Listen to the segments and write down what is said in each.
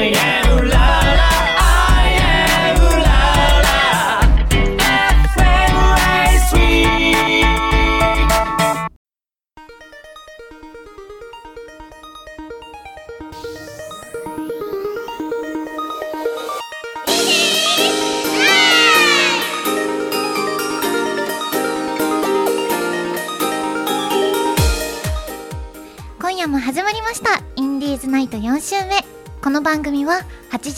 I am la la I am la la FMI3。 今夜も始まりましたインディーズナイト4週目。この番組は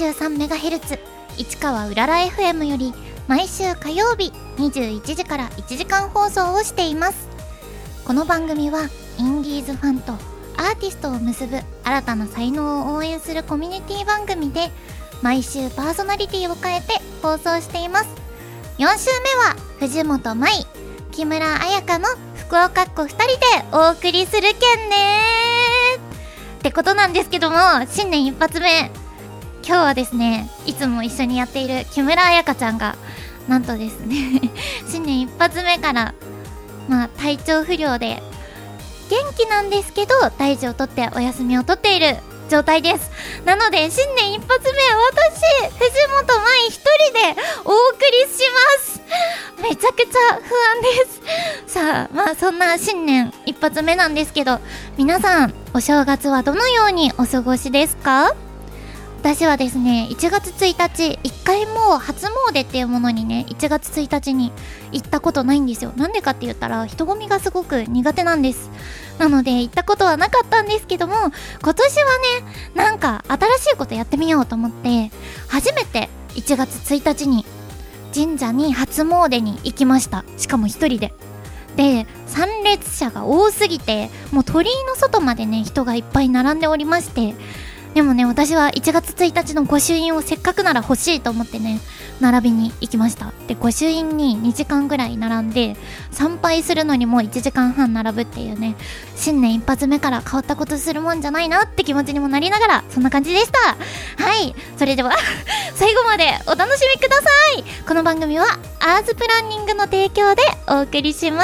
83MHz 市川うらら FM より毎週火曜日21時から1時間放送をしています。この番組はインディーズファンとアーティストを結ぶ新たな才能を応援するコミュニティ番組で、毎週パーソナリティを変えて放送しています。4週目は藤本舞、木村彩香の福岡っ子2人でお送りするけんねってことなんですけども、新年一発目、今日はですね、いつも一緒にやっている木村彩香ちゃんがなんとですね新年一発目から体調不良で元気なんですけど大事をとってお休みをとっている状態です。なので新年一発目、私藤本舞一人でお送りします。めちゃくちゃ不安です。さあ、そんな新年一発目なんですけど、皆さんお正月はどのようにお過ごしですか？私はですね、1月1日一回も初詣っていうものにね、1月1日に行ったことないんですよ。なんでかって言ったら人混みがすごく苦手なんです。なので行ったことはなかったんですけども、今年はね、なんか新しいことやってみようと思って初めて1月1日に神社に初詣に行きました。しかも一人で。で、参列者が多すぎて、もう鳥居の外までね、人がいっぱい並んでおりまして、でもね、私は1月1日の御朱印をせっかくなら欲しいと思ってね、並びに行きました。で、御朱印に2時間ぐらい並んで、参拝するのにも1時間半並ぶっていうね、新年一発目から変わったことするもんじゃないなって気持ちにもなりながら、そんな感じでした。はい、それでは最後までお楽しみください。この番組はアーズプランニングの提供でお送りします。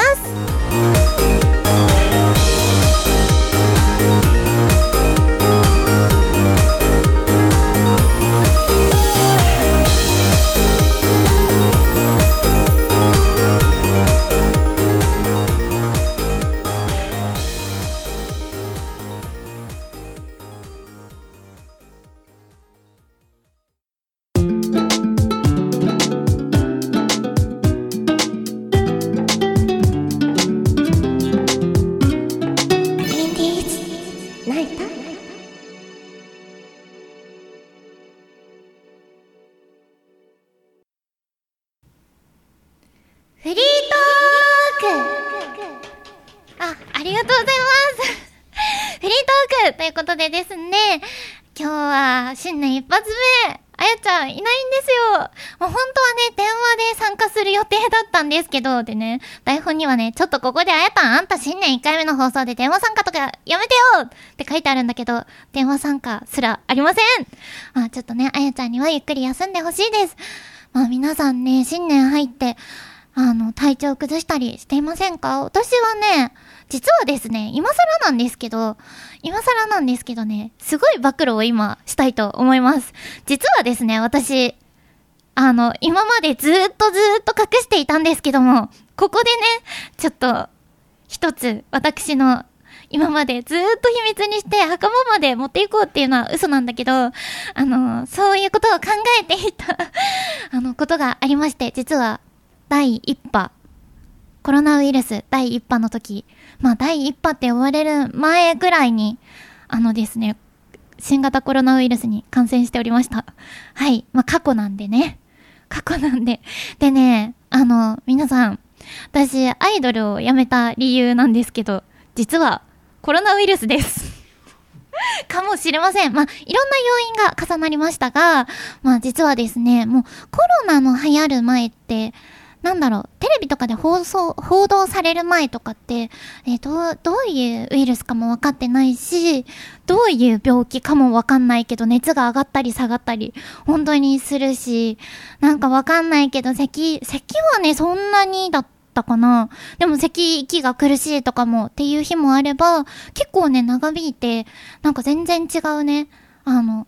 フリートーク、ありがとうございますフリートークということでですね、今日は新年一発目、あやちゃんいないんですよ。もう本当はね、電話で参加する予定だったんですけど、でね、台本にはね、ちょっとここであやたん、あんた新年1回目の放送で電話参加とかやめてよって書いてあるんだけど、電話参加すらありません。ちょっとね、あやちゃんにはゆっくり休んでほしいです。皆さんね、新年入って体調崩したりしていませんか？私はね、実はですね、今更なんですけどね、すごい暴露を今したいと思います。実はですね、私、今までずーっと隠していたんですけども、ここでね、ちょっと、一つ、私の、今までずーっと秘密にして墓場まで持っていこうっていうのは嘘なんだけど、そういうことを考えていたことがありまして、実は、第1波、コロナウイルス第1波の時、第1波って呼ばれる前ぐらいに、ですね、新型コロナウイルスに感染しておりました。はい。過去なんで。でね、皆さん、私、アイドルを辞めた理由なんですけど、実は、コロナウイルスです。かもしれません。いろんな要因が重なりましたが、実はですね、もう、コロナの流行る前って、テレビとかで報道される前とかって、どういうウイルスかも分かってないし、どういう病気かも分かんないけど、熱が上がったり下がったり、本当にするし、分かんないけど、咳はね、そんなにだったかな。でも息が苦しいとかもっていう日もあれば、結構ね、長引いて、全然違うね、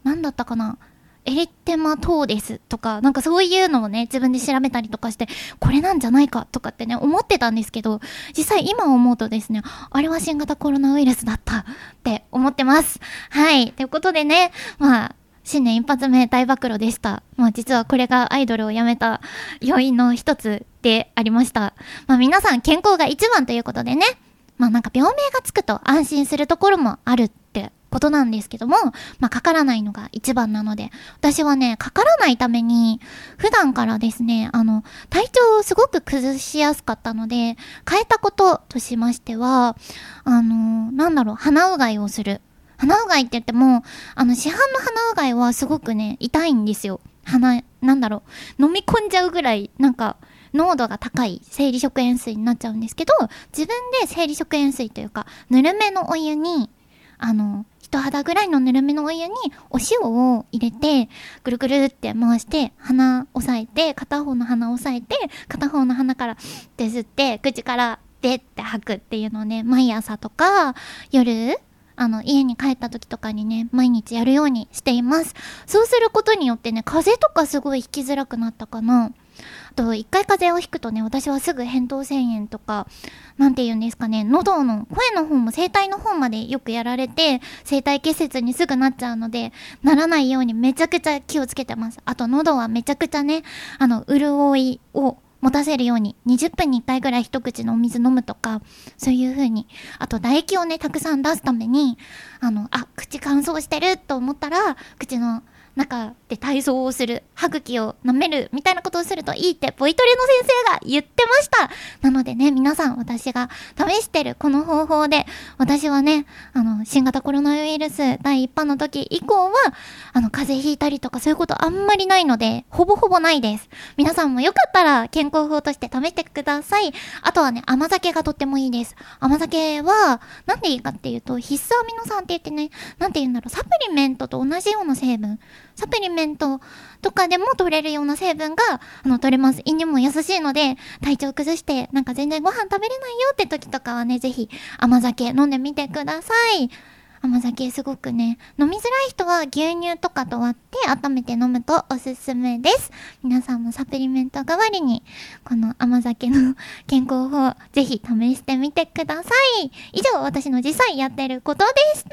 なんだったかな、エリテマトーデスとか、なんかそういうのをね、自分で調べたりとかして、これなんじゃないかとかってね、思ってたんですけど、実際今思うとですね、あれは新型コロナウイルスだったって思ってます。はい。ということでね、まあ、新年一発目大暴露でした。まあ実はこれがアイドルを辞めた要因の一つでありました。まあ皆さん健康が一番ということでね、まあなんか病名がつくと安心するところもあるってことなんですけども、まあかからないのが一番なので、私はね、かからないために、普段からですね、体調をすごく崩しやすかったので、変えたこととしましては、鼻うがいをする。鼻うがいって言っても、市販の鼻うがいはすごくね、痛いんですよ。飲み込んじゃうぐらい、なんか、濃度が高い生理食塩水になっちゃうんですけど、自分で生理食塩水というか、ぬるめのお湯に、人肌ぐらいのぬるめのお湯にお塩を入れて、ぐるぐるって回して、鼻押さえて、片方の鼻押さえて、片方の鼻からって吸って、口からでって吐くっていうのをね、毎朝とか、夜、家に帰った時とかにね、毎日やるようにしています。そうすることによってね、風邪とかすごいひきづらくなったかな。あと、一回風邪をひくとね、私はすぐ扁桃腺炎とか、なんて言うんですかね、喉の、声の方も声帯の方までよくやられて、声帯結節にすぐなっちゃうので、ならないようにめちゃくちゃ気をつけてます。あと、喉はめちゃくちゃね、潤いを、持たせるように20分に1回ぐらい一口のお水飲むとか、そういう風に、あと唾液をねたくさん出すために、口乾燥してると思ったら口の中で体操をする、歯茎を舐めるみたいなことをするといいってボイトレの先生が言ってました。なのでね、皆さん、私が試してるこの方法で、私はね、新型コロナウイルス第1波の時以降は風邪ひいたりとかそういうことあんまりないので、ほぼほぼないです。皆さんもよかったら健康法として試してください。あとはね、甘酒がとってもいいです。甘酒はなんでいいかっていうと、必須アミノ酸って言ってね、なんて言うんだろう、サプリメントと同じような成分、サプリメントとかでも取れるような成分が取れます。胃にも優しいので、体調崩してなんか全然ご飯食べれないよって時とかはね、ぜひ甘酒飲んでみてください。甘酒すごくね、飲みづらい人は牛乳とかと割って温めて飲むとおすすめです。皆さんもサプリメント代わりにこの甘酒の健康法ぜひ試してみてください。以上、私の実際やってることでした。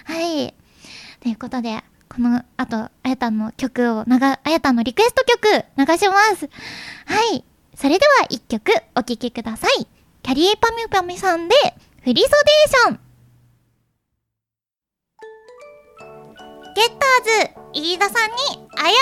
はい、ということで、この後、あやたんの曲をあやたんのリクエスト曲流します。はい。それでは一曲お聴きください。キャリーパミュパミさんで、フリソデーション。ゲッターズ、飯田さんにあやかれ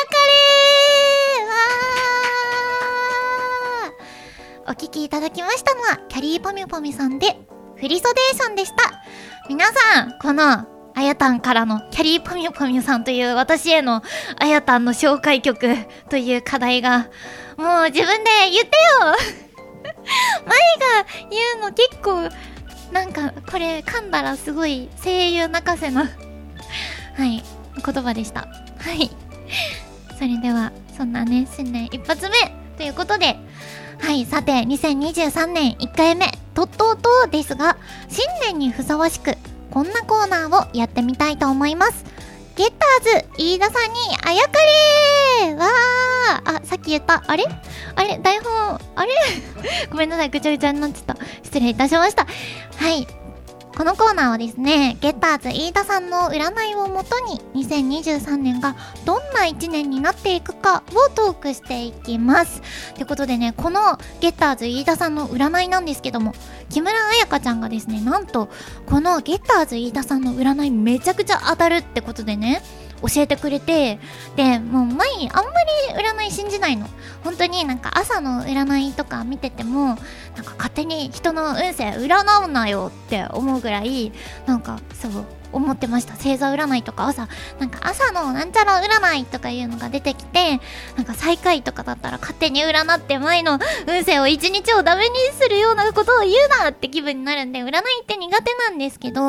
ー。お聴きいただきましたのは、キャリーパミュパミさんで、フリソデーションでした。皆さん、この、あやたんからのキャリーパミュパミュさんという私へのあやたんの紹介曲という課題が、もう自分で言ってよマイが言うの結構なんかこれ噛んだらすごい声優泣かせなはい言葉でした。はい、それではそんなね、新年一発目ということで、はい、さて2023年1回目とっとうとうですが、新年にふさわしくこんなコーナーをやってみたいと思います。ゲッターズ飯田さんにあやかれー。わー、さっき言った、あれ台本あれごめんなさい、ぐちゃぐちゃになっちゃった。失礼いたしました。はい、このコーナーはですね、ゲッターズ飯田さんの占いをもとに2023年がどんな1年になっていくかをトークしていきます。ということでね、このゲッターズ飯田さんの占いなんですけども、木村彩香ちゃんがですね、なんとこのゲッターズ飯田さんの占いめちゃくちゃ当たるってことでね、教えてくれて、でもう前あんまり占い信じないの。本当になんか朝の占いとか見てても、なんか勝手に人の運勢占うなよって思うぐらい、なんかそう思ってました。星座占いとかなんか朝のなんちゃら占いとかいうのが出てきて、なんか最下位とかだったら勝手に占って前の運勢を一日をダメにするようなことを言うなって気分になるんで、占いって苦手なんですけど、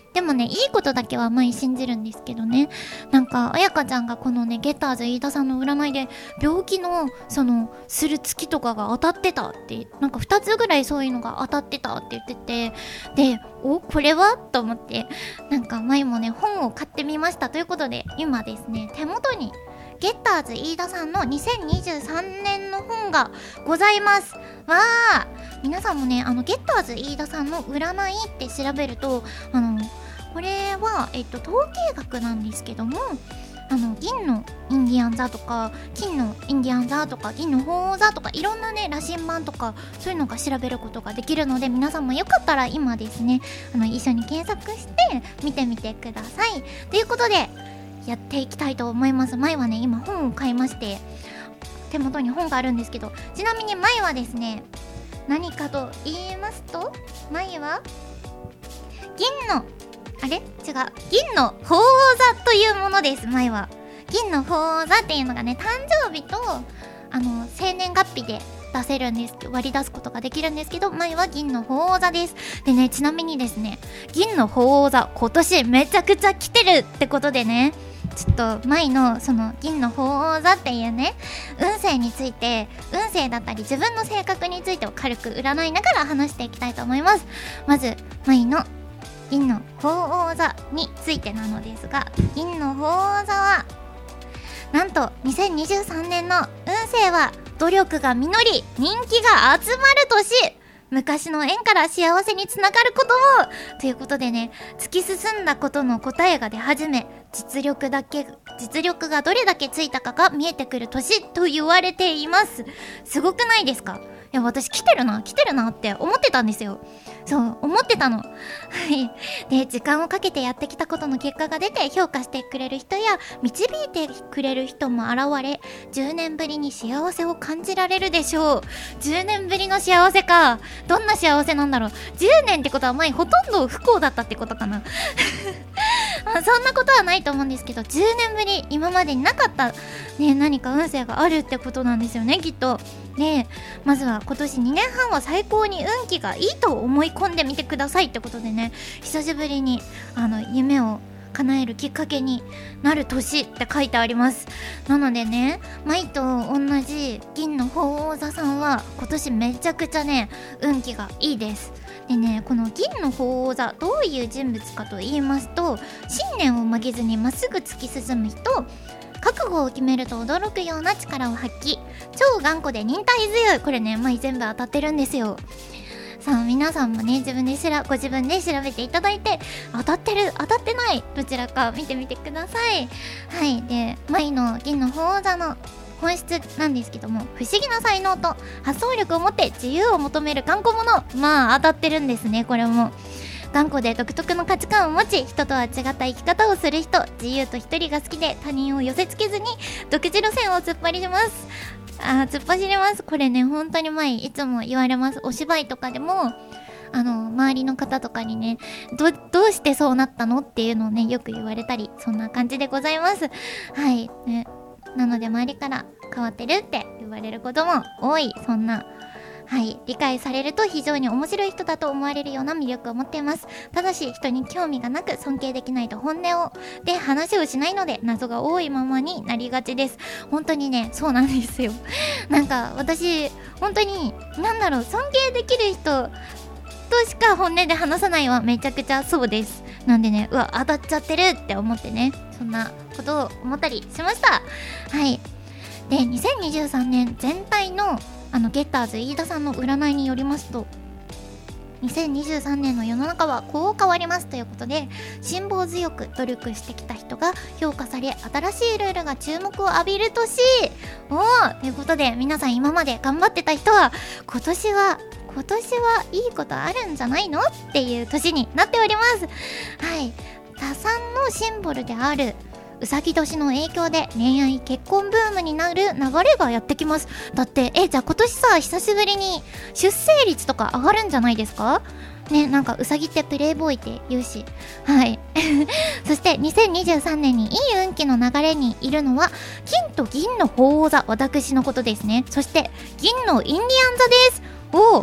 でもね、いいことだけは前信じるんですけどね。なんか、あやかちゃんがこのね、ゲッターズ飯田さんの占いで、病気の、する月とかが当たってたって、なんか2つぐらいそういうのが当たってたって言ってて、で、これはと思って、なんか前もね、本を買ってみましたということで、今ですね、手元に、ゲッターズ飯田さんの2023年の本がございます。わー、皆さんもね、ゲッターズ飯田さんの占いって調べると、これは、統計学なんですけども、銀のインディアン座とか、金のインディアン座とか、銀の鳳凰座とか、いろんなね、羅針盤とか、そういうのが調べることができるので、皆さんもよかったら今ですね、一緒に検索して見てみてください。ということで、やっていきたいと思います。前はね、今本を買いまして、手元に本があるんですけど、ちなみに前はですね、何かと言いますと、前は銀の鳳凰座というものです。前は銀の鳳凰座っていうのがね、誕生日と生年月日で出せるんです。割り出すことができるんですけど、前は銀の鳳凰座です。でね、ちなみにですね、銀の鳳凰座今年めちゃくちゃ来てるってことでね、ちょっと前のその銀の鳳凰座っていうね、運勢について、運勢だったり自分の性格についてを軽く占いながら話していきたいと思います。まず前の銀の鳳凰座についてなのですが、銀の鳳凰座はなんと2023年の運勢は努力が実り人気が集まる年、昔の縁から幸せにつながることもということでね、突き進んだことの答えが出始め、実力がどれだけついたかが見えてくる年と言われています。すごくないですか？いや、私来てるなって思ってたんですよ。そう思ってたの。はいで、時間をかけてやってきたことの結果が出て、評価してくれる人や導いてくれる人も現れ、10年ぶりに幸せを感じられるでしょう。10年ぶりの幸せか。どんな幸せなんだろう。10年ってことは前ほとんど不幸だったってことかな。そんなことはないと思うんですけど、10年ぶり、今までになかったね、何か運勢があるってことなんですよね、きっと。で、まずは今年2年半は最高に運気がいいと思い込んでみてくださいってことでね、久しぶりに夢を叶えるきっかけになる年って書いてあります。なのでね、舞と同じ銀の鳳凰座さんは今年めちゃくちゃね、運気がいいです。でね、この銀の鳳凰座、どういう人物かと言いますと、信念を曲げずにまっすぐ突き進む人、覚悟を決めると驚くような力を発揮、超頑固で忍耐強い。これね、前全部当たってるんですよ。さあ皆さんもね、ご自分で調べていただいて、当たってる当たってないどちらか見てみてください。はい。で、舞の銀の鳳凰座の本質なんですけども、不思議な才能と発想力を持って自由を求める頑固者。まあ当たってるんですね、これも。頑固で独特の価値観を持ち、人とは違った生き方をする人、自由と一人が好きで他人を寄せ付けずに独自路線を突っ走ります。これね、本当に前いつも言われます。お芝居とかでも周りの方とかにね、どうしてそうなったのっていうのをね、よく言われたり、そんな感じでございます。はい、ね、なので周りから変わってるって言われることも多い。そんな、はい、理解されると非常に面白い人だと思われるような魅力を持っています。ただし人に興味がなく尊敬できないと本音で話をしないので、謎が多いままになりがちです。本当にね、そうなんですよ。なんか私本当に尊敬できる人としか本音で話さないはめちゃくちゃそうです。なんでね、うわ当たっちゃってるって思ってね、そんなことを思ったりしました。はい。で、2023年全体のゲッターズ飯田さんの占いによりますと、2023年の世の中はこう変わりますということで、辛抱強く努力してきた人が評価され、新しいルールが注目を浴びる年。ということで、皆さん今まで頑張ってた人は今年はいいことあるんじゃないのっていう年になっております。はい。多産のシンボルであるうさぎ年の影響で恋愛結婚ブームになる流れがやってきます。だってじゃあ今年さ、久しぶりに出生率とか上がるんじゃないですかね。なんかうさぎってプレイボーイって言うし、はいそして2023年にいい運気の流れにいるのは金と銀の鳳凰座、私のことですね。そして銀のインディアン座です。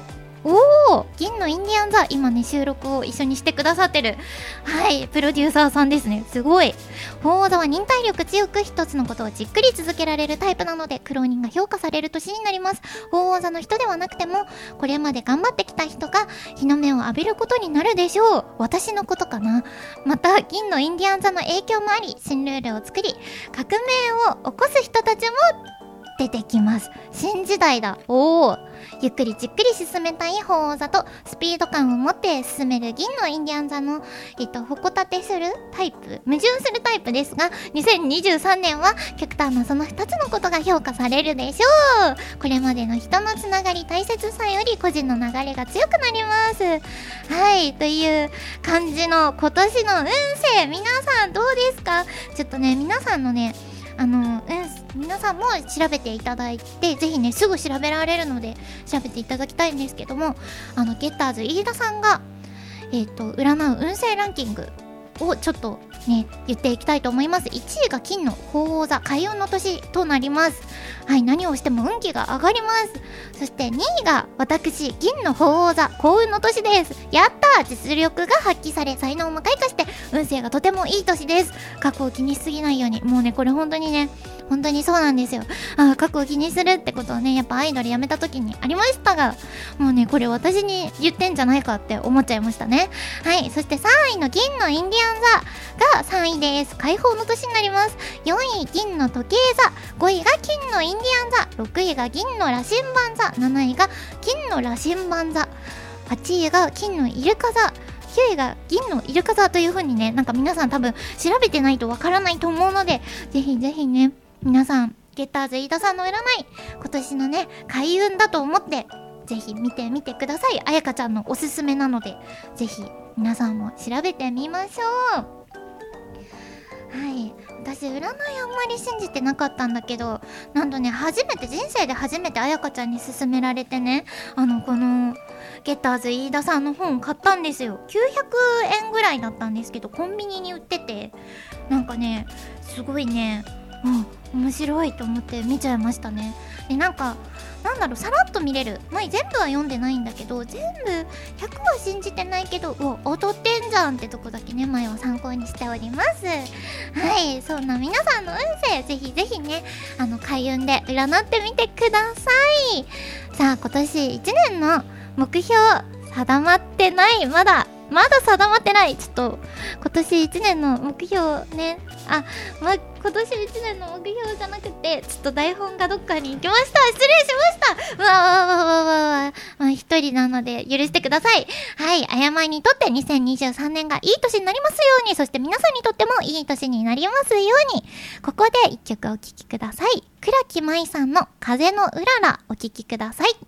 おー、銀のインディアンザ、今ね収録を一緒にしてくださってる、はい、プロデューサーさんですね。すごい。鳳凰座は忍耐力強く一つのことをじっくり続けられるタイプなので、苦労人が評価される年になります。鳳凰座の人ではなくてもこれまで頑張ってきた人が日の目を浴びることになるでしょう。私のことかな。また銀のインディアン座の影響もあり、新ルールを作り革命を起こす人たちも出てきます。新時代だ。おー、ゆっくりじっくり進めたい鳳凰座とスピード感を持って進める銀のインディアン座のほこたてするタイプ、矛盾するタイプですが、2023年は極端なその2つのことが評価されるでしょう。これまでの人のつながり大切さより個人の流れが強くなります。はい、という感じの今年の運勢、皆さんどうですか？ちょっとね、皆さんのね、皆さんも調べていただいて、ぜひねすぐ調べられるので調べていただきたいんですけども、ゲッターズ飯田さんが占う運勢ランキングをちょっとね言っていきたいと思います。1位が金の鳳凰座、開運の年となります。はい、何をしても運気が上がります。そして2位が私銀の鳳凰座、幸運の年です。やったー、実力が発揮され才能も開花して運勢がとてもいい年です。過去を気にしすぎないように。もうねこれ本当にね、本当にそうなんですよ。過去を気にするってことをねやっぱアイドル辞めた時にありましたが、もうねこれ私に言ってんじゃないかって思っちゃいましたね。はい、そして3位の銀のインディアン座が3位です。解放の年になります。4位銀の時計座、5位が金のインディアン座、6位が銀の羅針盤座、7位が金の羅針盤座、8位が金のイルカ座、9位が銀のイルカ座という風にね、なんか皆さん多分調べてないとわからないと思うので、ぜひぜひね皆さんゲッターズ飯田さんの占い、今年のね開運だと思ってぜひ見てみてください。あやかちゃんのおすすめなのでぜひ皆さんも調べてみましょう。はい、私占いあんまり信じてなかったんだけど、なんとね人生で初めてあやかちゃんに勧められてね、このゲッターズ飯田さんの本買ったんですよ。900円ぐらいだったんですけどコンビニに売ってて、なんかねすごいね、面白いと思って見ちゃいましたね。でなんだろう、さらっと見れる。全部は読んでないんだけど、全部100は信じてないけど、劣ってんじゃんってとこだけね前は参考にしております。はい、そんな皆さんの運勢ぜひぜひね開運で占ってみてください。さあ今年1年の目標定まってない、まだ定まってない。ちょっと今年1年の目標ね、今年1年の目標じゃなくてちょっと台本がどっかに行きました。失礼しました。一人なので許してください。はい、あやまいにとって2023年がいい年になりますように、そして皆さんにとってもいい年になりますように。ここで一曲お聴きください。倉木舞さんの風のうららお聴きください。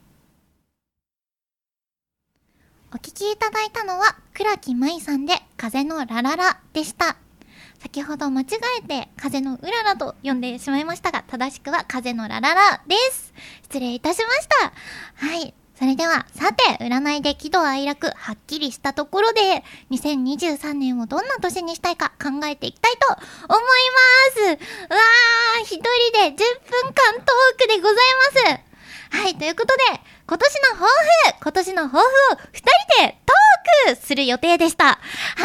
お聴きいただいたのは倉木舞さんで風のラララでした。先ほど間違えて風のうららと呼んでしまいましたが、正しくは風のラララです。失礼いたしました。はい、それではさて占いで喜怒哀楽はっきりしたところで、2023年をどんな年にしたいか考えていきたいと思います。一人で10分間トークでございます。はい、ということで今年の抱負を2人でトークする予定でした。はい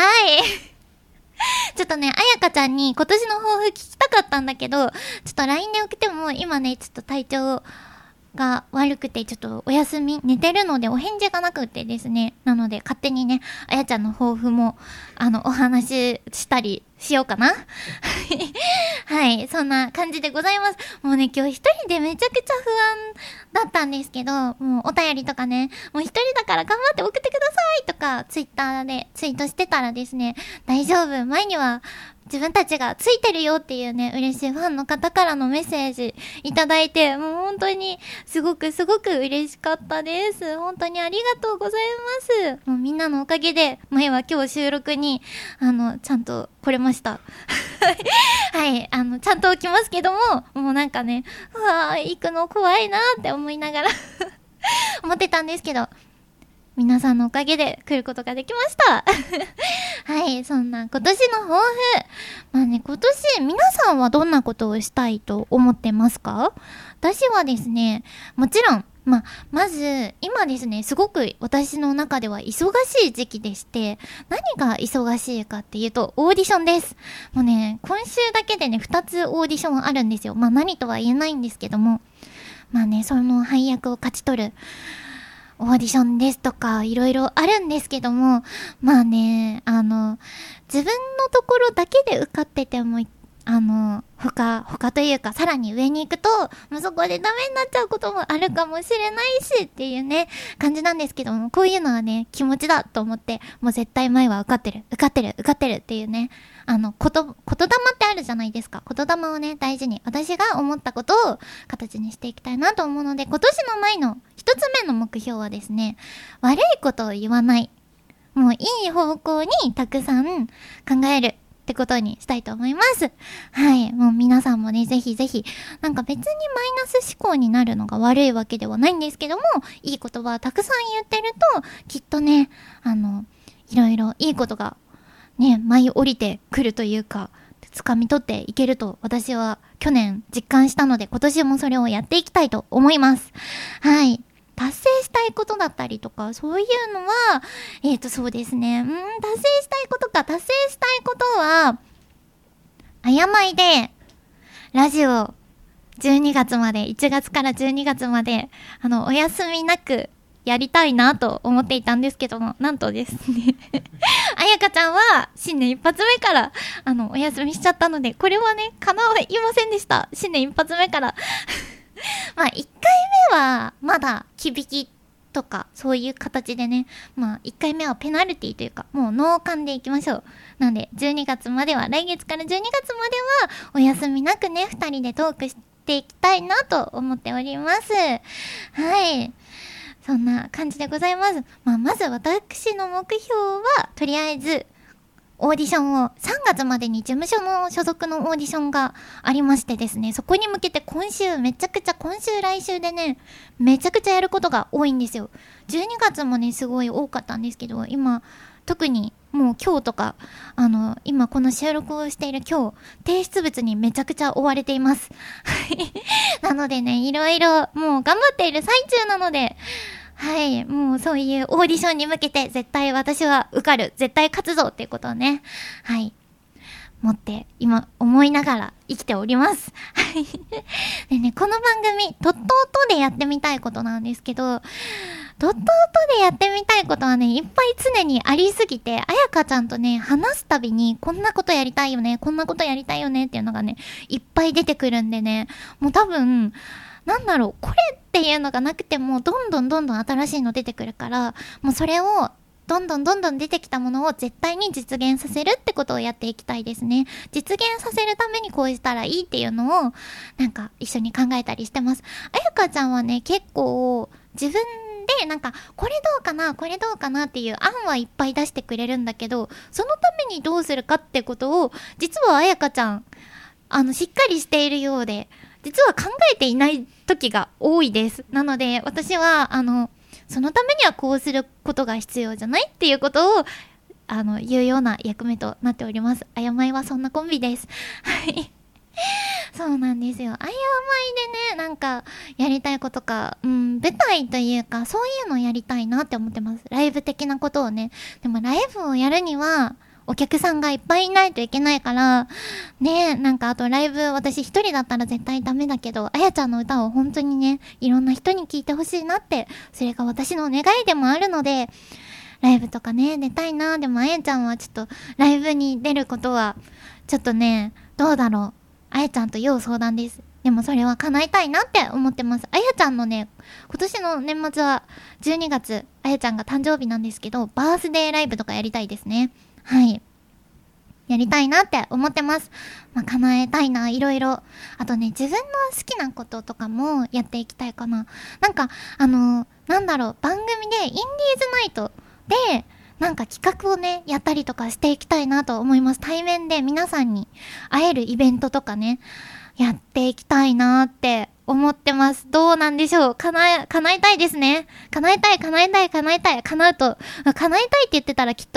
ちょっとね、あやかちゃんに今年の抱負聞きたかったんだけど、ちょっと LINE で送っても今ねちょっと体調が悪くてちょっとお休み、寝てるのでお返事がなくてですね、なので勝手にねあやちゃんの抱負もお話ししたりしようかなはい、そんな感じでございます。もうね今日一人でめちゃくちゃ不安だったんですけど、もうお便りとかね、もう一人だから頑張って送ってくださいとかツイッターでツイートしてたらですね、大丈夫、前には自分たちがついてるよっていうね嬉しいファンの方からのメッセージいただいて、もう本当にすごく嬉しかったです。本当にありがとうございます。もうみんなのおかげで前は今日収録にちゃんと来れましたはい、ちゃんと来ますけども、もうなんかね、行くの怖いなって思いながら思ってたんですけど、皆さんのおかげで来ることができましたはい、そんな今年の抱負、今年皆さんはどんなことをしたいと思ってますか？私はですね、もちろんまず、今ですね、すごく私の中では忙しい時期でして、何が忙しいかっていうと、オーディションです。もうね、今週だけでね、2つオーディションあるんですよ。何とは言えないんですけども。その配役を勝ち取るオーディションですとか、いろいろあるんですけども、自分のところだけで受かってても、他というか、さらに上に行くと、もうそこでダメになっちゃうこともあるかもしれないしっていうね、感じなんですけども、こういうのはね、気持ちだと思って、もう絶対前は受かってるっていうね、言霊ってあるじゃないですか。言霊をね、大事に、私が思ったことを形にしていきたいなと思うので、今年の前の一つ目の目標はですね、悪いことを言わない。もういい方向にたくさん考える。ってことにしたいと思います。はい。もう皆さんもね、ぜひぜひ、なんか別にマイナス思考になるのが悪いわけではないんですけども、いい言葉をたくさん言ってると、きっとね、いろいろいいことがね、舞い降りてくるというか、掴み取っていけると私は去年実感したので、今年もそれをやっていきたいと思います。はい。達成したいことだったりとか、そういうのは、そうですね。達成したいことは、あやまいで、ラジオ、12月まで、1月から12月まで、お休みなく、やりたいなと思っていたんですけども、なんとですね、あやかちゃんは、新年一発目から、お休みしちゃったので、これはね、叶いませんでした。新年一発目から。1回目はまだ響きとかそういう形でね、1回目はペナルティというか、もう脳幹でいきましょう。なんで12月までは、来月から12月まではお休みなくね、2人でトークしていきたいなと思っております。はい、そんな感じでございます。まず私の目標はとりあえずオーディションを3月までに事務所の所属のオーディションがありましてですね、そこに向けて今週来週でね、めちゃくちゃやることが多いんですよ。12月もね、すごい多かったんですけど、今、特にもう今日とか、今この収録をしている今日、提出物にめちゃくちゃ追われています。なのでね、いろいろもう頑張っている最中なので、はい、もうそういうオーディションに向けて絶対私は受かる、絶対勝つぞっていうことをね、はい、今思いながら生きております。はい。でね、この番組、とっとうとでやってみたいことなんですけど、とっとうとでやってみたいことはね、いっぱい常にありすぎて、あやかちゃんとね、話すたびに、こんなことやりたいよね、こんなことやりたいよねっていうのがね、いっぱい出てくるんでね、もう多分、これっていうのがなくても、どんどん新しいの出てくるから、もうそれを、どんどん出てきたものを絶対に実現させるってことをやっていきたいですね。実現させるためにこうしたらいいっていうのを、なんか一緒に考えたりしてます。あやかちゃんはね、結構、自分でこれどうかなっていう案はいっぱい出してくれるんだけど、そのためにどうするかってことを、実はあやかちゃん、しっかりしているようで、実は考えていない時が多いです。なので、私は、そのためにはこうすることが必要じゃないっていうことを、言うような役目となっております。あやまいはそんなコンビです。はい。そうなんですよ。あやまいでね、なんか、やりたいことか、舞台というか、そういうのをやりたいなって思ってます。ライブ的なことをね。でもライブをやるには、お客さんがいっぱいいないといけないから、ね、なんかあとライブ、私一人だったら絶対ダメだけど、あやちゃんの歌を本当にね、いろんな人に聴いてほしいなって、それが私の願いでもあるので、ライブとかね、出たいな。でもあやちゃんはちょっと、ライブに出ることは、ちょっとね、どうだろう。あやちゃんと要相談です。でもそれは叶えたいなって思ってます。あやちゃんのね、今年の年末は12月、あやちゃんが誕生日なんですけど、バースデーライブとかやりたいですね。はい。やりたいなって思ってます。叶えたいな、いろいろ。あとね、自分の好きなこととかもやっていきたいかな。なんか、番組でインディーズナイトで、なんか企画をね、やったりとかしていきたいなと思います。対面で皆さんに会えるイベントとかね、やっていきたいなって思ってます。どうなんでしょう。叶えたいですね。叶えたい。叶うと、叶えたいって言ってたらきっとね、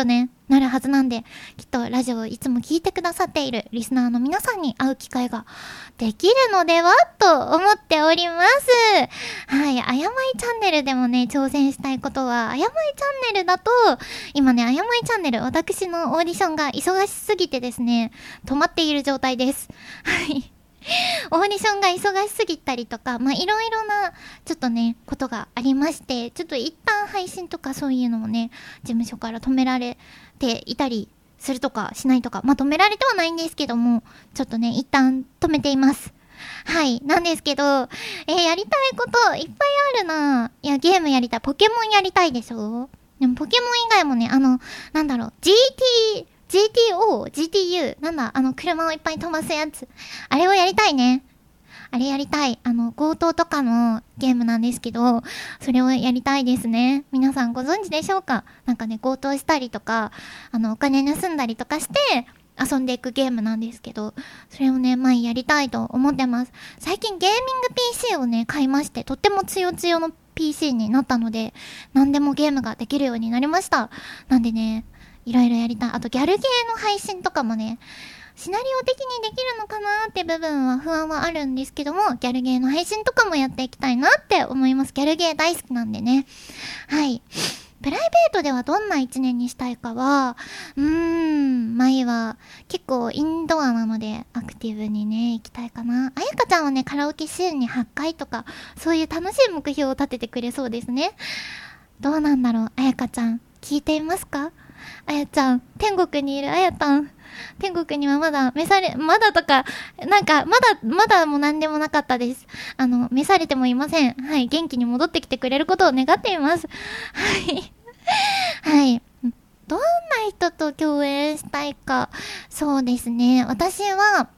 なるはずなんで、きっとラジオをいつも聞いてくださっているリスナーの皆さんに会う機会ができるのではと思っております。はい、あやまいチャンネルでもね、挑戦したいことは、あやまいチャンネルだと、今ね、あやまいチャンネル、私のオーディションが忙しすぎてですね、止まっている状態です。はい。オーディションが忙しすぎたりとか、いろいろな、ちょっとね、ことがありまして、ちょっと一旦配信とかそういうのもね、事務所から止められていたりするとかしないとか、止められてはないんですけども、ちょっとね、一旦止めています。はい。なんですけど、やりたいこといっぱいあるな。いや、ゲームやりたい。ポケモンやりたいでしょ？でもポケモン以外もね、なんだろう、GTO、GTU、車をいっぱい飛ばすやつ。あれをやりたいね。あれやりたい。強盗とかのゲームなんですけど、それをやりたいですね。皆さんご存知でしょうか？なんかね、強盗したりとか、お金盗んだりとかして、遊んでいくゲームなんですけど、それをね、やりたいと思ってます。最近ゲーミング PC をね、買いまして、とっても強強の PC になったので、何でもゲームができるようになりました。なんでね、いろいろやりたい。あとギャルゲーの配信とかもね、シナリオ的にできるのかなーって部分は不安はあるんですけども、ギャルゲーの配信とかもやっていきたいなって思います。ギャルゲー大好きなんでね。はい。プライベートではどんな一年にしたいかは、前は結構インドアなのでアクティブにね、行きたいかな。あやかちゃんはね、カラオケ週に8回とか、そういう楽しい目標を立ててくれそうですね。どうなんだろう、あやかちゃん。聞いていますか？あやちゃん、天国にいるあやたん。天国にはまだまだとか、まだもなんでもなかったです。召されてもいません。はい、元気に戻ってきてくれることを願っています。はい。はい。どんな人と共演したいか。そうですね。私は、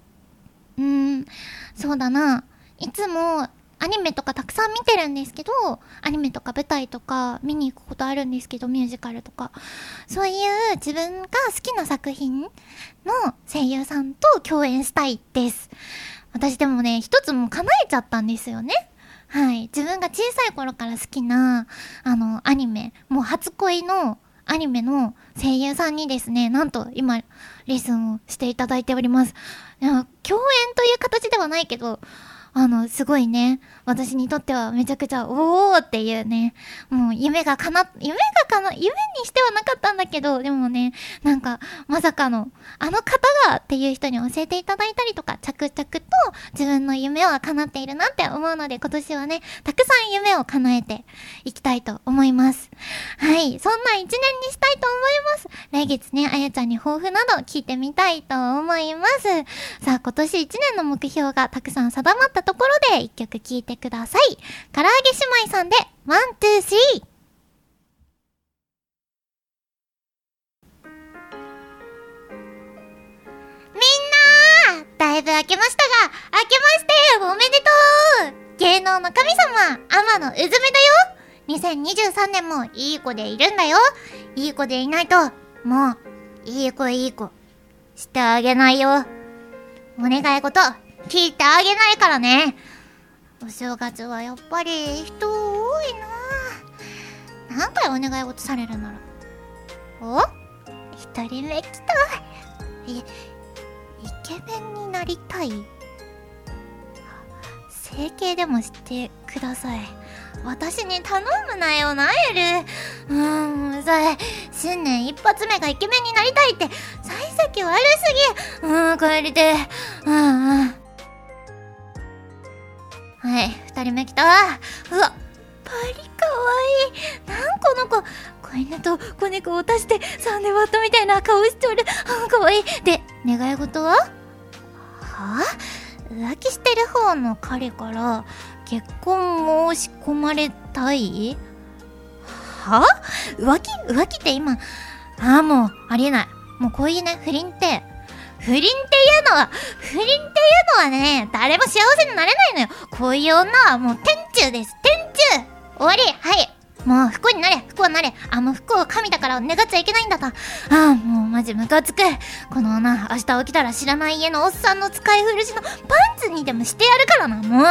そうだな。いつも、アニメとかたくさん見てるんですけど、アニメとか舞台とか見に行くことあるんですけど、ミュージカルとか。そういう自分が好きな作品の声優さんと共演したいです。私でもね、一つもう叶えちゃったんですよね。はい。自分が小さい頃から好きな、アニメ、もう初恋のアニメの声優さんにですね、なんと今、レッスンをしていただいております。共演という形ではないけど、すごいね、私にとってはめちゃくちゃ、おーっていうね、もう夢にしてはなかったんだけど、でもね、なんか、まさかの、あの方がっていう人に教えていただいたりとか、着々と自分の夢は叶っているなって思うので、今年はね、たくさん夢を叶えていきたいと思います。はい、そんな一年にしたいと思います。来月ね、あやちゃんに抱負など聞いてみたいと思います。さあ、今年一年の目標がたくさん定まったところで一曲聴いてください。唐揚げ姉妹さんでワン、ツー、スリー。みんなだいぶ明けましたが、明けましておめでとう。芸能の神様、天野うずめだよ。2023年もいい子でいるんだよ。いい子でいないと、もう、いい子してあげないよ。お願い事、聞いてあげないからね。お正月はやっぱり人多いな。何回お願い事されるなら。お？一人目来た。イケメンになりたい？整形でもしてください。私に頼むなよ、ナエル。さい。新年一発目がイケメンになりたいって、幸先悪すぎ。帰りて。はい、二人目来た。うわ、パリかわいい。なんこの子、子犬と子猫を足してサンデーバットみたいな顔しておる。かわいい。で、願い事は？浮気してる方の彼から結婚申し込まれたい？浮気って今、もうありえない。もうこういうね、不倫っていうのはね、誰も幸せになれないのよ。こういう女はもう天中です。天中終わり。はい。もう不幸になれ。もう不幸神だから願っちゃいけないんだと。もうマジムカつく。この女、明日起きたら知らない家のおっさんの使い古しのパンツにでもしてやるからな、も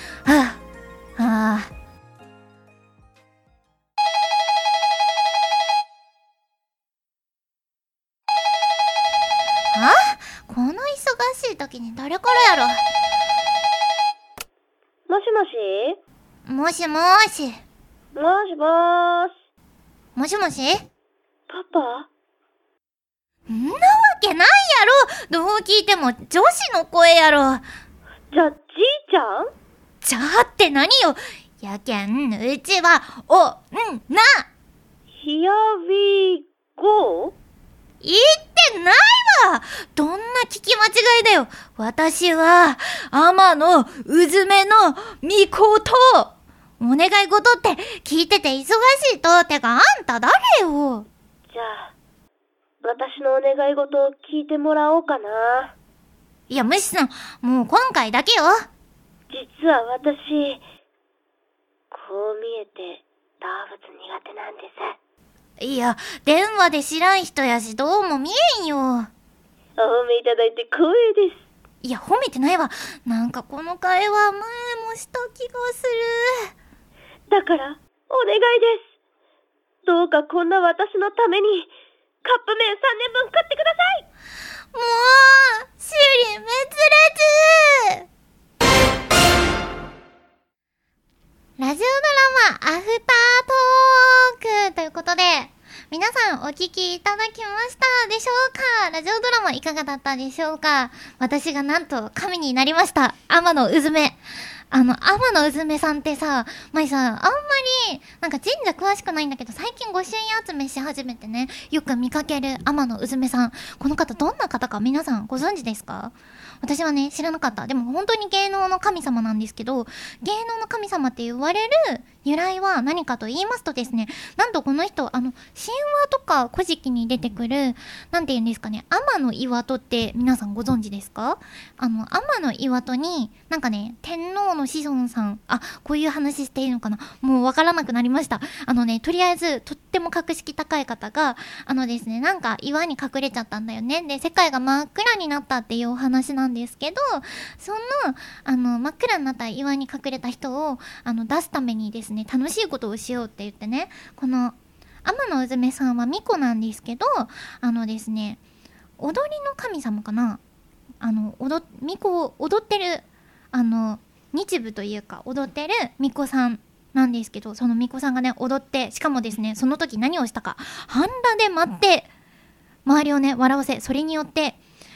う。 時に誰からやろ。 もしもしもしもーし。 もしもーし。 もしもしパパ？ んなわけないやろ。どう聞いても女子の声やろ。 じゃ、じいちゃん？ じゃあって何よ。やけん、うちは、な。 Here we go? 言ってないわ。どんな聞き間違いだよ。私は、天のうずめのみこと。お願い事って聞いてて忙しいと。てか、あんた誰よ。 じゃあ、私のお願い事を聞いてもらおうかな。 いや、無視さん、もう今回だけよ。 実は私、こう見えて動物苦手なんです。 いや、電話で知らん人やし、どうも見えんよ。 お褒めいただいて光栄です。 いや、褒めてないわ。なんかこの会話前もした気がする。 だから、お願いです。どうかこんな私のために、カップ麺3年分買ってください。 もう、支離滅裂。ラジオドラマアフタートークということで、皆さんお聞きいただきましたでしょうか。ラジオドラマいかがだったでしょうか。私がなんと神になりました。天のうずめ。天のうずめさんってさ、前さ、あんまり、なんか神社詳しくないんだけど、最近御朱印集めし始めてね、よく見かける天のうずめさん。この方どんな方か皆さんご存知ですか？私はね、知らなかった。でも本当に芸能の神様なんですけど、芸能の神様って言われる由来は何かと言いますとですね、なんとこの人、神話とか古事記に出てくる、なんて言うんですかね、天の岩戸って皆さんご存知ですか？天の岩戸に、なんかね、天皇の子孫さん、こういう話していいのかな？もうわからなくなりました。とりあえず、とっても格式高い方が、ですね、なんか岩に隠れちゃったんだよね。で、世界が真っ暗になったっていうお話なんですけど、その、真っ暗になった岩に隠れた人を、出すためにですね、楽しいことをしようって言ってね、この、天のうずめさんは巫女なんですけど、ですね、踊りの神様かな？巫女、踊ってる、日舞というか、踊ってる巫女さんなんですけど、その巫女さんがね、踊って、しかもですね、その時何をしたか、半裸で待って、周りをね、笑わせ、それによって、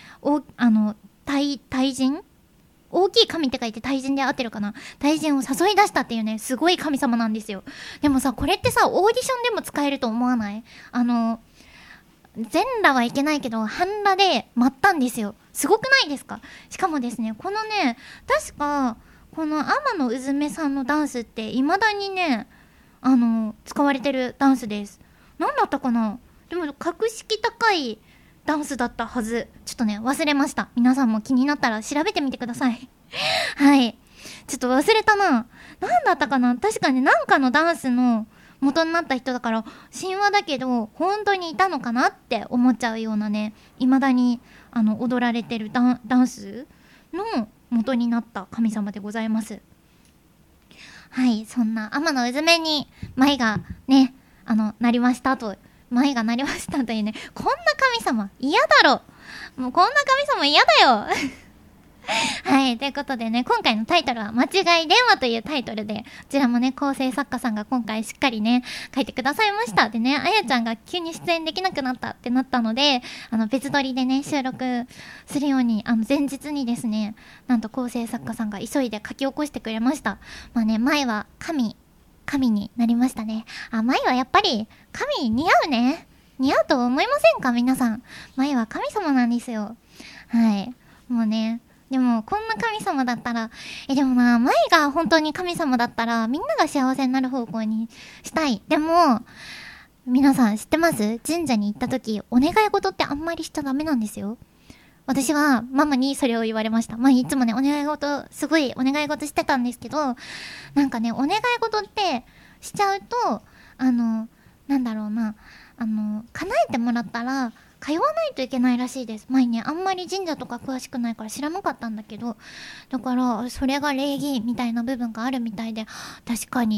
大神？大きい神って書いて大神で合ってるかな？大神を誘い出したっていうね、すごい神様なんですよ。でもさ、これってさ、オーディションでも使えると思わない？全裸はいけないけど、半裸で待ったんですよ。すごくないですか？しかもですね、このね、確か、この天のうずめさんのダンスって、未だにね、使われてるダンスです。なんだったかな？でも、格式高いダンスだったはず。ちょっとね、忘れました。皆さんも気になったら調べてみてください。はい。ちょっと忘れたな。なんだったかな？確かになんかのダンスの元になった人だから、神話だけど、本当にいたのかなって思っちゃうようなね、未だに、踊られてるダンスの元になった神様でございます。はい。そんな天のうずめに、舞がね、なりましたと。舞がなりましたというね、こんな神様嫌だろ。もうこんな神様嫌だよ。はい。ということでね、今回のタイトルは間違い電話というタイトルで、こちらもね、構成作家さんが今回しっかりね、書いてくださいました。でね、あやちゃんが急に出演できなくなったってなったので、別撮りでね、収録するように、前日にですね、なんと構成作家さんが急いで書き起こしてくれました。まあね、前は神になりましたね。前はやっぱり、神似合うね。似合うと思いませんか皆さん。前は神様なんですよ。はい。もうね、でも、こんな神様だったら、でもな、前が本当に神様だったら、みんなが幸せになる方向にしたい。でも、皆さん知ってます？神社に行った時、お願い事ってあんまりしちゃダメなんですよ。私は、ママにそれを言われました。いつもね、お願い事、すごいお願い事してたんですけど、なんかね、お願い事ってしちゃうと、なんだろうな、叶えてもらったら、通わないといけないらしいです。前ね、あんまり神社とか詳しくないから知らなかったんだけど、だから、それが礼儀みたいな部分があるみたいで、確かに、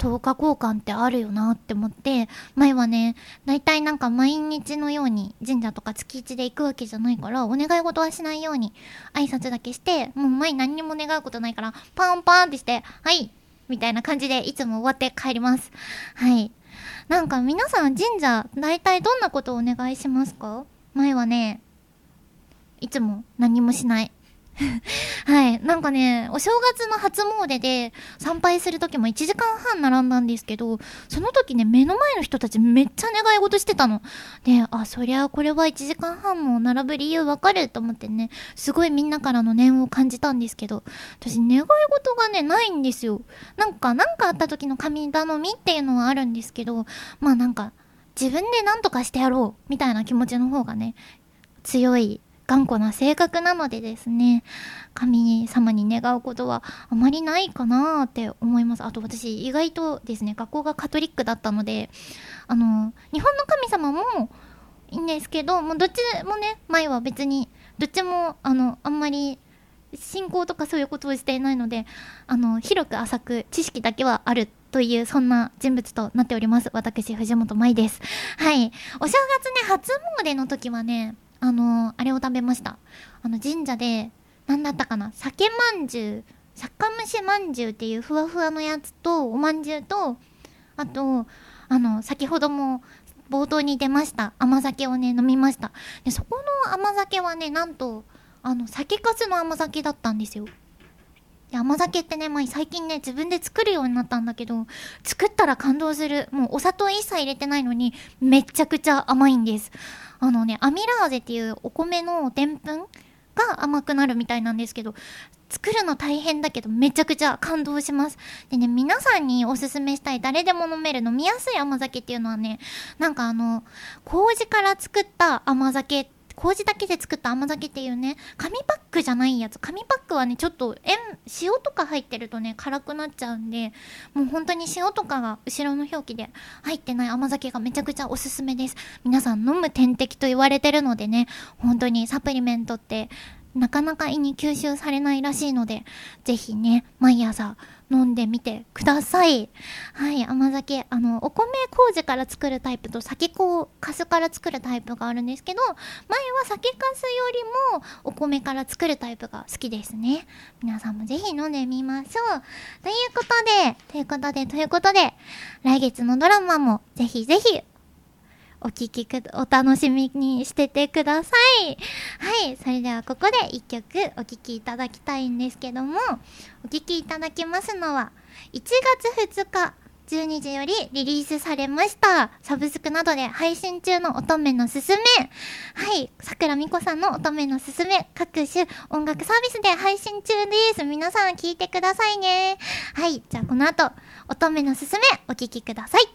10日交換ってあるよなって思って、前はね、だいたいなんか毎日のように神社とか月1で行くわけじゃないから、お願い事はしないように挨拶だけして、もう前何にも願うことないから、パンパンってして、はいみたいな感じでいつも終わって帰ります。はい。なんか皆さん神社、だいたいどんなことをお願いしますか？前はね、いつも何もしない。はい。なんかね、お正月の初詣で参拝するときも1時間半並んだんですけど、その時ね、目の前の人たちめっちゃ願い事してたの。で、そりゃこれは1時間半も並ぶ理由わかると思ってね、すごいみんなからの念を感じたんですけど、私願い事がね、ないんですよ。なんかあった時の神頼みっていうのはあるんですけど、まあなんか、自分で何とかしてやろうみたいな気持ちの方がね、強い頑固な性格なのでですね、神様に願うことはあまりないかなーって思います。あと私意外とですね、学校がカトリックだったので、日本の神様もいいんですけど、もうどっちもね、前は別にどっちもあんまり信仰とかそういうことをしていないので、広く浅く知識だけはあるという、そんな人物となっております。私藤本舞です。はい。お正月ね、初詣の時はね、あれを食べました。神社で、なんだったかな、酒まんじゅう、酒蒸しまんじゅうっていうふわふわのやつと、おまんじゅうと、あと、先ほども冒頭に出ました、甘酒をね、飲みました。で、そこの甘酒はね、なんと、酒粕の甘酒だったんですよ。で、甘酒ってね、最近ね、自分で作るようになったんだけど、作ったら感動する。もうお砂糖一切入れてないのに、めちゃくちゃ甘いんです。アミラーゼっていうお米のでんぷんが甘くなるみたいなんですけど、作るの大変だけどめちゃくちゃ感動します。でね、皆さんにおすすめしたい誰でも飲める飲みやすい甘酒っていうのはね、なんか麹から作った甘酒、麹だけで作った甘酒っていうね、紙パックじゃないやつ。紙パックはね、ちょっと塩とか入ってるとね、辛くなっちゃうんで、もう本当に塩とかが後ろの表記で入ってない甘酒がめちゃくちゃおすすめです。皆さん飲む点滴と言われてるのでね、本当にサプリメントってなかなか胃に吸収されないらしいので、ぜひね、毎朝飲んでみてください。はい、甘酒、お米麹から作るタイプと酒粕から作るタイプがあるんですけど、前は酒粕よりもお米から作るタイプが好きですね。皆さんもぜひ飲んでみましょう。ということで、来月のドラマもぜひぜひお楽しみにしててください。はい。それではここで一曲お聴きいただきたいんですけども、お聴きいただきますのは、1月2日、12時よりリリースされました。サブスクなどで配信中の乙女のすすめ。はい。桜美子さんの乙女のすすめ。各種音楽サービスで配信中です。皆さん聞いてくださいね。はい。じゃあこの後、乙女のすすめお聴きください。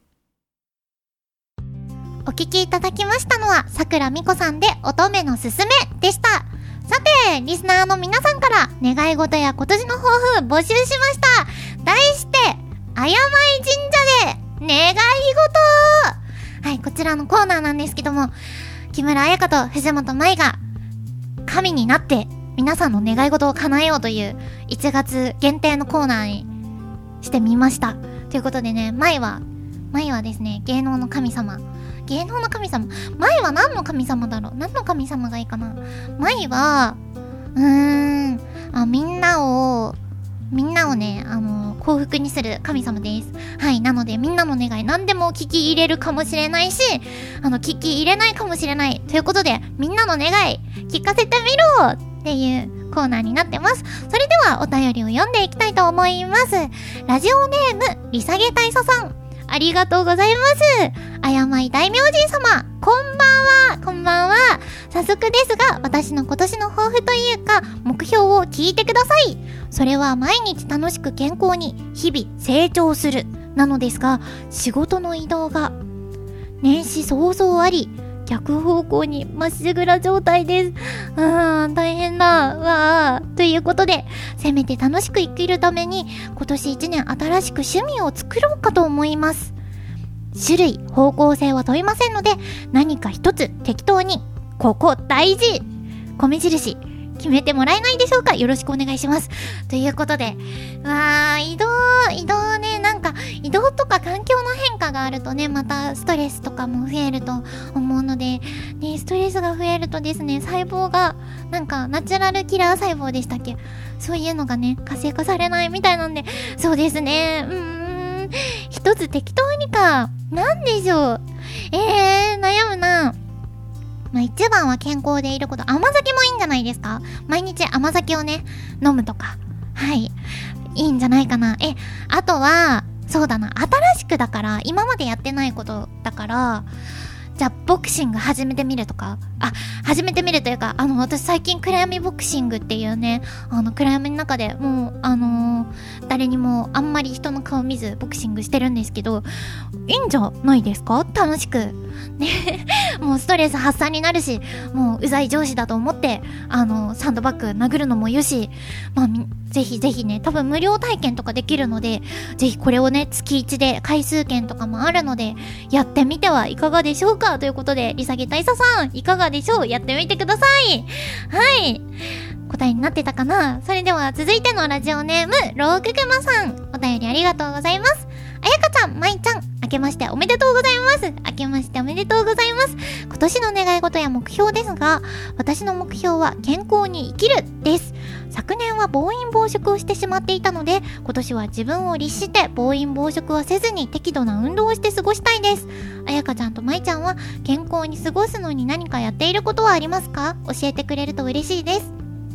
お聴きいただきましたのは、桜美子さんで乙女のすすめでした。さて、リスナーの皆さんから願い事や今年の抱負募集しました。題して、あやまい神社で願い事。はい、こちらのコーナーなんですけども、木村彩香と藤本舞が神になって皆さんの願い事を叶えようという1月限定のコーナーにしてみました。ということでね、舞はですね、芸能の神様。前は何の神様だろう。何の神様がいいかな。前はみんなをね、幸福にする神様です。はい。なのでみんなの願い何でも聞き入れるかもしれないし、聞き入れないかもしれないということで、みんなの願い聞かせてみろっていうコーナーになってます。それではお便りを読んでいきたいと思います。ラジオネームりさげ大佐さん、ありがとうございます。あやまい大明神様、こんばんは。早速ですが、私の今年の抱負というか、目標を聞いてください。それは毎日楽しく健康に、日々成長する。なのですが、仕事の移動が、年始早々あり、逆方向にまっしぐら状態です。大変だ。わー。ということで、せめて楽しく生きるために、今年1年新しく趣味を作ろうかと思います。種類、方向性は問いませんので、何か一つ適当に、ここ大事！米印、 決めてもらえないでしょうか。よろしくお願いします。ということで、移動ね、なんか移動とか環境の変化があるとね、またストレスとかも増えると思うので、ね、ストレスが増えるとですね、細胞がなんかナチュラルキラー細胞でしたっけ、そういうのがね活性化されないみたいなんで、そうですね、一つ適当にか、なんでしょう、悩むな。まあ一番は健康でいること。甘酒もいいんじゃないですか。毎日甘酒をね飲むとか、はい、いいんじゃないかな。あとはそうだな、新しくだから今までやってないことだから、じゃあボクシング始めてみるとか。始めてみるというか、私最近暗闇ボクシングっていうね、暗闇の中でもう誰にもあんまり人の顔見ずボクシングしてるんですけど、いいんじゃないですか。楽しくねもうストレス発散になるし、もううざい上司だと思ってサンドバッグ殴るのもよし、まあぜひぜひね、多分無料体験とかできるので、ぜひこれをね月1で回数券とかもあるのでやってみてはいかがでしょうか。ということで、リサゲ大佐さんいかがでしょう。やってみてください。はい、答えになってたかな。それでは続いてのラジオネーム、ロークグマさん、お便りありがとうございます。あやかちゃん、まいちゃん、明けましておめでとうございます。明けましておめでとうございます。今年の願い事や目標ですが、私の目標は健康に生きるです。昨年は暴飲暴食をしてしまっていたので、今年は自分を律して暴飲暴食はせずに適度な運動をして過ごしたいです。あやかちゃんとまいちゃんは健康に過ごすのに何かやっていることはありますか？教えてくれると嬉しいです。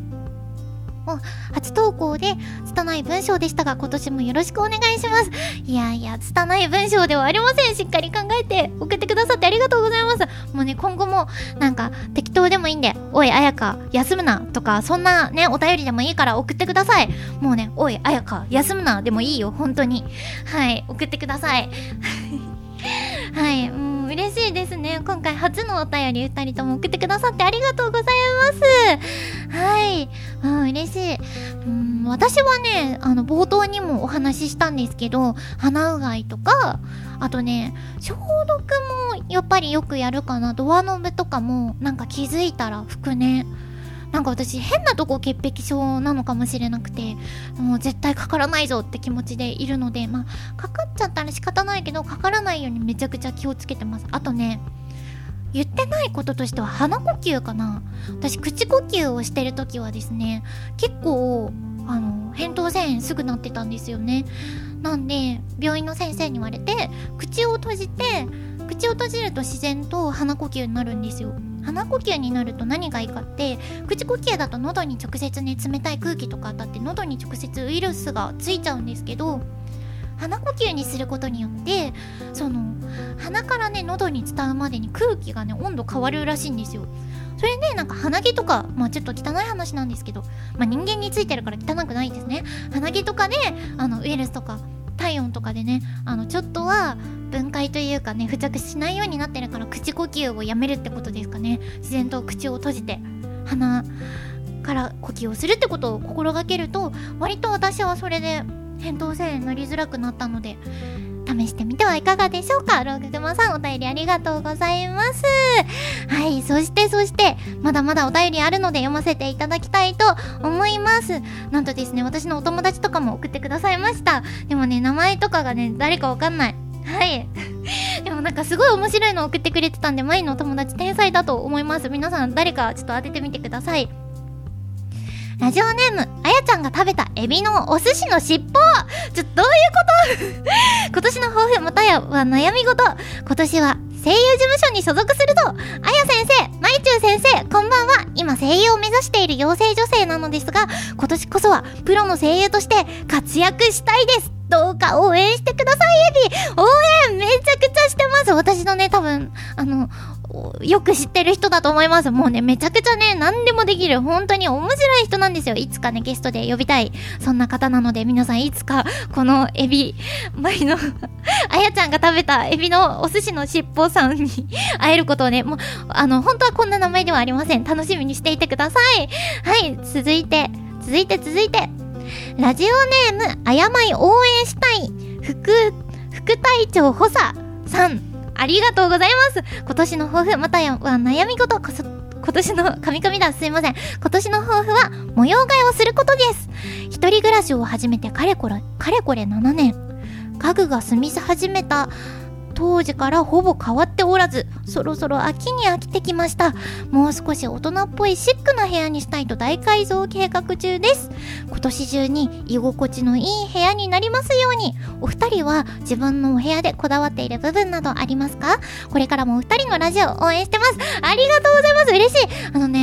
初投稿で拙い文章でしたが、今年もよろしくお願いします。いやいや、拙い文章ではありません。しっかり考えて送ってくださってありがとうございます。もうね、今後もなんか適当でもいいんで、おいあやか休むなとか、そんなねお便りでもいいから送ってください。もうね、おいあやか休むなでもいいよ、本当に。はい、送ってくださいはい、嬉しいですね。今回初のお便り2人とも送ってくださってありがとうございます。はい、嬉しい。私はね、冒頭にもお話ししたんですけど、鼻うがいとか、あとね、消毒もやっぱりよくやるかな。ドアノブとかもなんか気づいたら拭くね。なんか私変なとこ潔癖症なのかもしれなくて、もう絶対かからないぞって気持ちでいるので、まあかかっちゃったら仕方ないけど、かからないようにめちゃくちゃ気をつけてます。あとね、言ってないこととしては鼻呼吸かな。私口呼吸をしてる時はですね、結構扁桃腺すぐなってたんですよね。なんで病院の先生に言われて、口を閉じると自然と鼻呼吸になるんですよ。鼻呼吸になると何がいいかって、口呼吸だと喉に直接ね、冷たい空気とか当たって喉に直接ウイルスがついちゃうんですけど、鼻呼吸にすることによって、その鼻からね喉に伝うまでに空気がね温度変わるらしいんですよ。それね、なんか鼻毛とか、まあちょっと汚い話なんですけど、まあ人間についてるから汚くないですね。鼻毛とかね、ウイルスとか体温とかでね、ちょっとは分解というかね、付着しないようになってるから、口呼吸をやめるってことですかね。自然と口を閉じて鼻から呼吸をするってことを心がけると、割と私はそれで扁桃腺なりづらくなったので、試してみてはいかがでしょうか。ローググマさん、お便りありがとうございます。はい、そしてまだまだお便りあるので読ませていただきたいと思います。なんとですね、私のお友達とかも送ってくださいました。でもね、名前とかがね誰かわかんない。はいでもなんかすごい面白いのを送ってくれてたんで、前のお友達天才だと思います。皆さん誰かちょっと当ててみてください。ラジオネーム、あやちゃんが食べたエビのお寿司の尻尾。どういうこと今年の抱負またやは悩み事。今年は声優事務所に所属すると。あや先生、まいちゅう先生、こんばんは。今声優を目指している妖精女性なのですが、今年こそはプロの声優として活躍したいです。どうか応援してください。エビ応援めちゃくちゃしてます。私のね、多分よく知ってる人だと思います。もうね、めちゃくちゃね、何でもできる本当に面白い人なんですよ。いつかね、ゲストで呼びたい、そんな方なので、皆さんいつかこのエビ前のあやちゃんが食べたエビのお寿司の尻尾さんに会えることをね、もう本当はこんな名前ではありません。楽しみにしていてください。はい、続いてラジオネーム、あやまい応援したい副隊長補佐さん、ありがとうございます。今年の抱負または悩み事、子今年の神々だ、すいません。今年の抱負は模様替えをすることです。一人暮らしを始めてかれこれ7年。家具が住み始めた当時からほぼ変わっておらず、そろそろ飽きてきました。もう少し大人っぽいシックな部屋にしたいと大改造計画中です。今年中に居心地のいい部屋になりますように。お二人は自分のお部屋でこだわっている部分などありますか？これからもお二人のラジオを応援してます。ありがとうございます。嬉しい。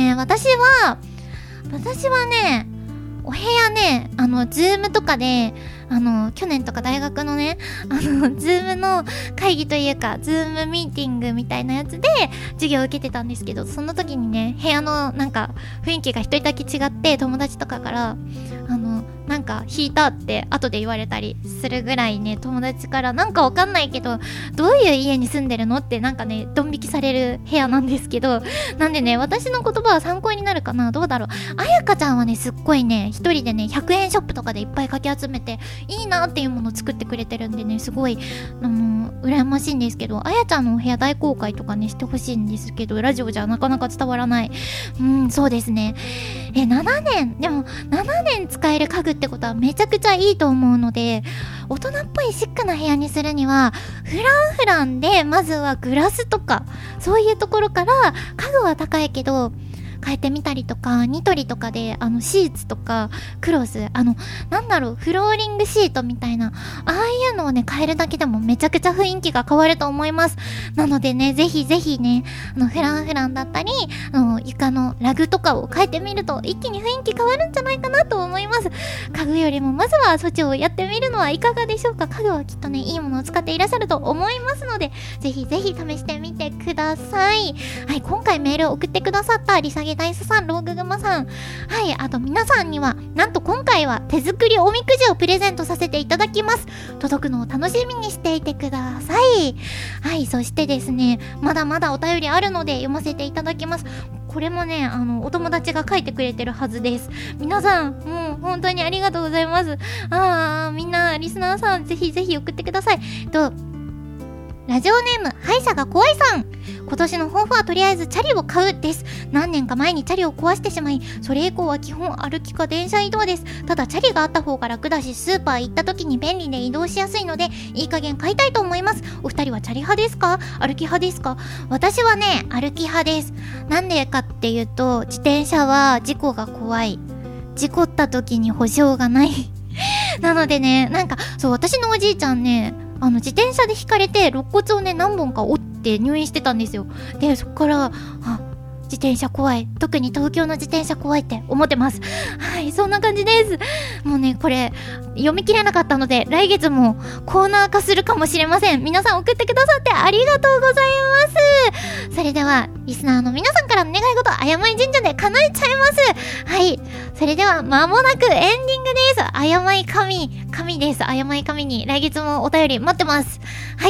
私はね、お部屋ね、ズームとかで、去年とか大学のね、ズームの会議というか、ズームミーティングみたいなやつで授業を受けてたんですけど、その時にね、部屋のなんか雰囲気が一人だけ違って、友達とかから、なんか引いたって後で言われたりするぐらいね、友達からなんかわかんないけど、どういう家に住んでるのってなんかね、ドン引きされる部屋なんですけど、なんでね、私の言葉は参考になるかな、どうだろう。あやかちゃんはね、すっごいね、一人でね、100円ショップとかでいっぱいかき集めて、いいなっていうものを作ってくれてるんでね、すごい、羨ましいんですけど、あやちゃんのお部屋大公開とかね、してほしいんですけど、ラジオじゃなかなか伝わらない。そうですね。7年使える家具ってことはめちゃくちゃいいと思うので、大人っぽいシックな部屋にするには、フランで、まずはグラスとか、そういうところから、家具は高いけど、変えてみたりとか、ニトリとかでシーツとかクロス、フローリングシートみたいな、ああいうのをね変えるだけでもめちゃくちゃ雰囲気が変わると思います。なのでね、ぜひぜひね、フランだったり、床のラグとかを変えてみると一気に雰囲気変わるんじゃないかなと思います。家具よりもまずはそっちをやってみるのはいかがでしょうか。家具はきっとね、いいものを使っていらっしゃると思いますので、ぜひぜひ試してみてください。はい、今回メールを送ってくださったりさげダイスさん、ローググマさん、はい、あと皆さんにはなんと今回は手作りおみくじをプレゼントさせていただきます。届くのを楽しみにしていてください。はい、そしてですね、まだまだお便りあるので読ませていただきます。これもね、お友達が書いてくれてるはずです。皆さん、もう本当にありがとうございます。みんなリスナーさん、ぜひぜひ送ってください。ラジオネーム歯医者が怖いさん、今年の抱負はとりあえずチャリを買うです。何年か前にチャリを壊してしまい、それ以降は基本歩きか電車移動です。ただチャリがあった方が楽だし、スーパー行った時に便利で移動しやすいので、いい加減買いたいと思います。お二人はチャリ派ですか、歩き派ですか？私はね、歩き派です。なんでかっていうと、自転車は事故が怖い。事故った時に保証がないなのでね、なんかそう、私のおじいちゃんね、自転車でひかれて肋骨をね何本か折って入院してたんですよ。でそっから自転車怖い、特に東京の自転車怖いって思ってます。はい、そんな感じです。もうね、これ読み切れなかったので来月もコーナー化するかもしれません。皆さん送ってくださってありがとうございます。それではリスナーの皆さんからの願い事、あやまい神社で叶えちゃいます。はい、それでは間もなくエンディングです。あやまい神です。あやまい神に来月もお便り待ってます。はい、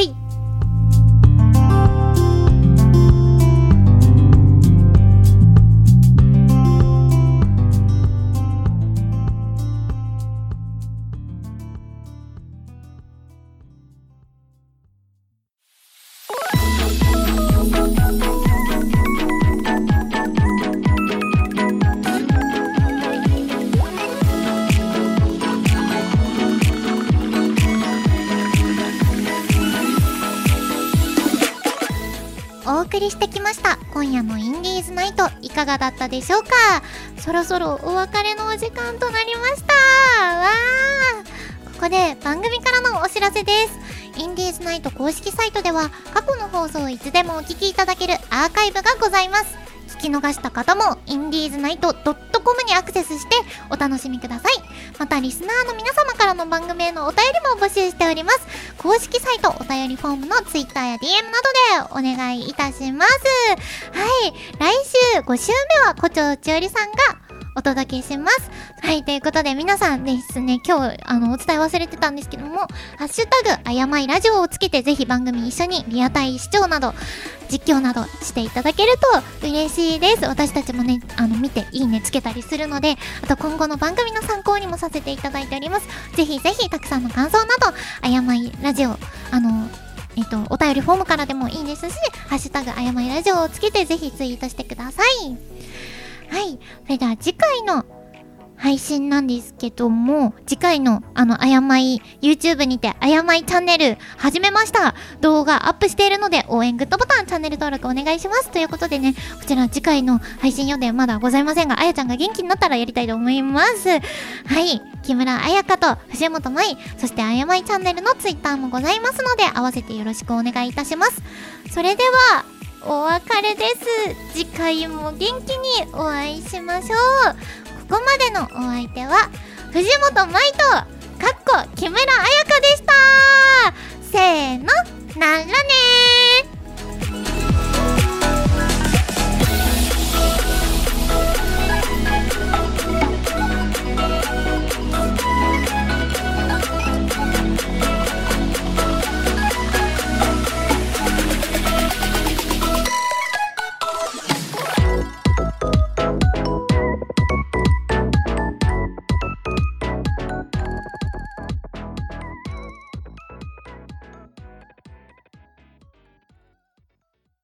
お送りしてきました今夜のインディーズナイト、いかがだったでしょうか。そろそろお別れのお時間となりました。ここで番組からのお知らせです。インディーズナイト公式サイトでは過去の放送をいつでもお聞きいただけるアーカイブがございます。聞き逃した方もインディーズナイト .com にアクセスしてお楽しみください。またリスナーの皆様からの番組へのお便りも募集しております。公式サイトお便りフォームの Twitter や DM などでお願いいたします。はい、来週5週目は胡蝶千織さんがお届けします。はい、ということで皆さんですね、今日お伝え忘れてたんですけども、ハッシュタグあやまいラジオをつけてぜひ番組一緒にリアタイ視聴など実況などしていただけると嬉しいです。私たちもね、見ていいねつけたりするので、あと今後の番組の参考にもさせていただいております。ぜひぜひたくさんの感想などあやまいラジオお便りフォームからでもいいですし、 ハッシュタグあやまいラジオをつけてぜひツイートしてください。はい。それでは次回の配信なんですけども、次回のあやまい YouTube にてあやまいチャンネル始めました。動画アップしているので応援グッドボタン、チャンネル登録お願いします。ということでね、こちら次回の配信予定まだございませんが、あやちゃんが元気になったらやりたいと思います。はい。木村彩香と藤本舞、そしてあやまいチャンネルの Twitter もございますので、合わせてよろしくお願いいたします。それでは、お別れです。次回も元気にお会いしましょう。ここまでのお相手は藤本舞と木村彩香でした。せーの、ならねー。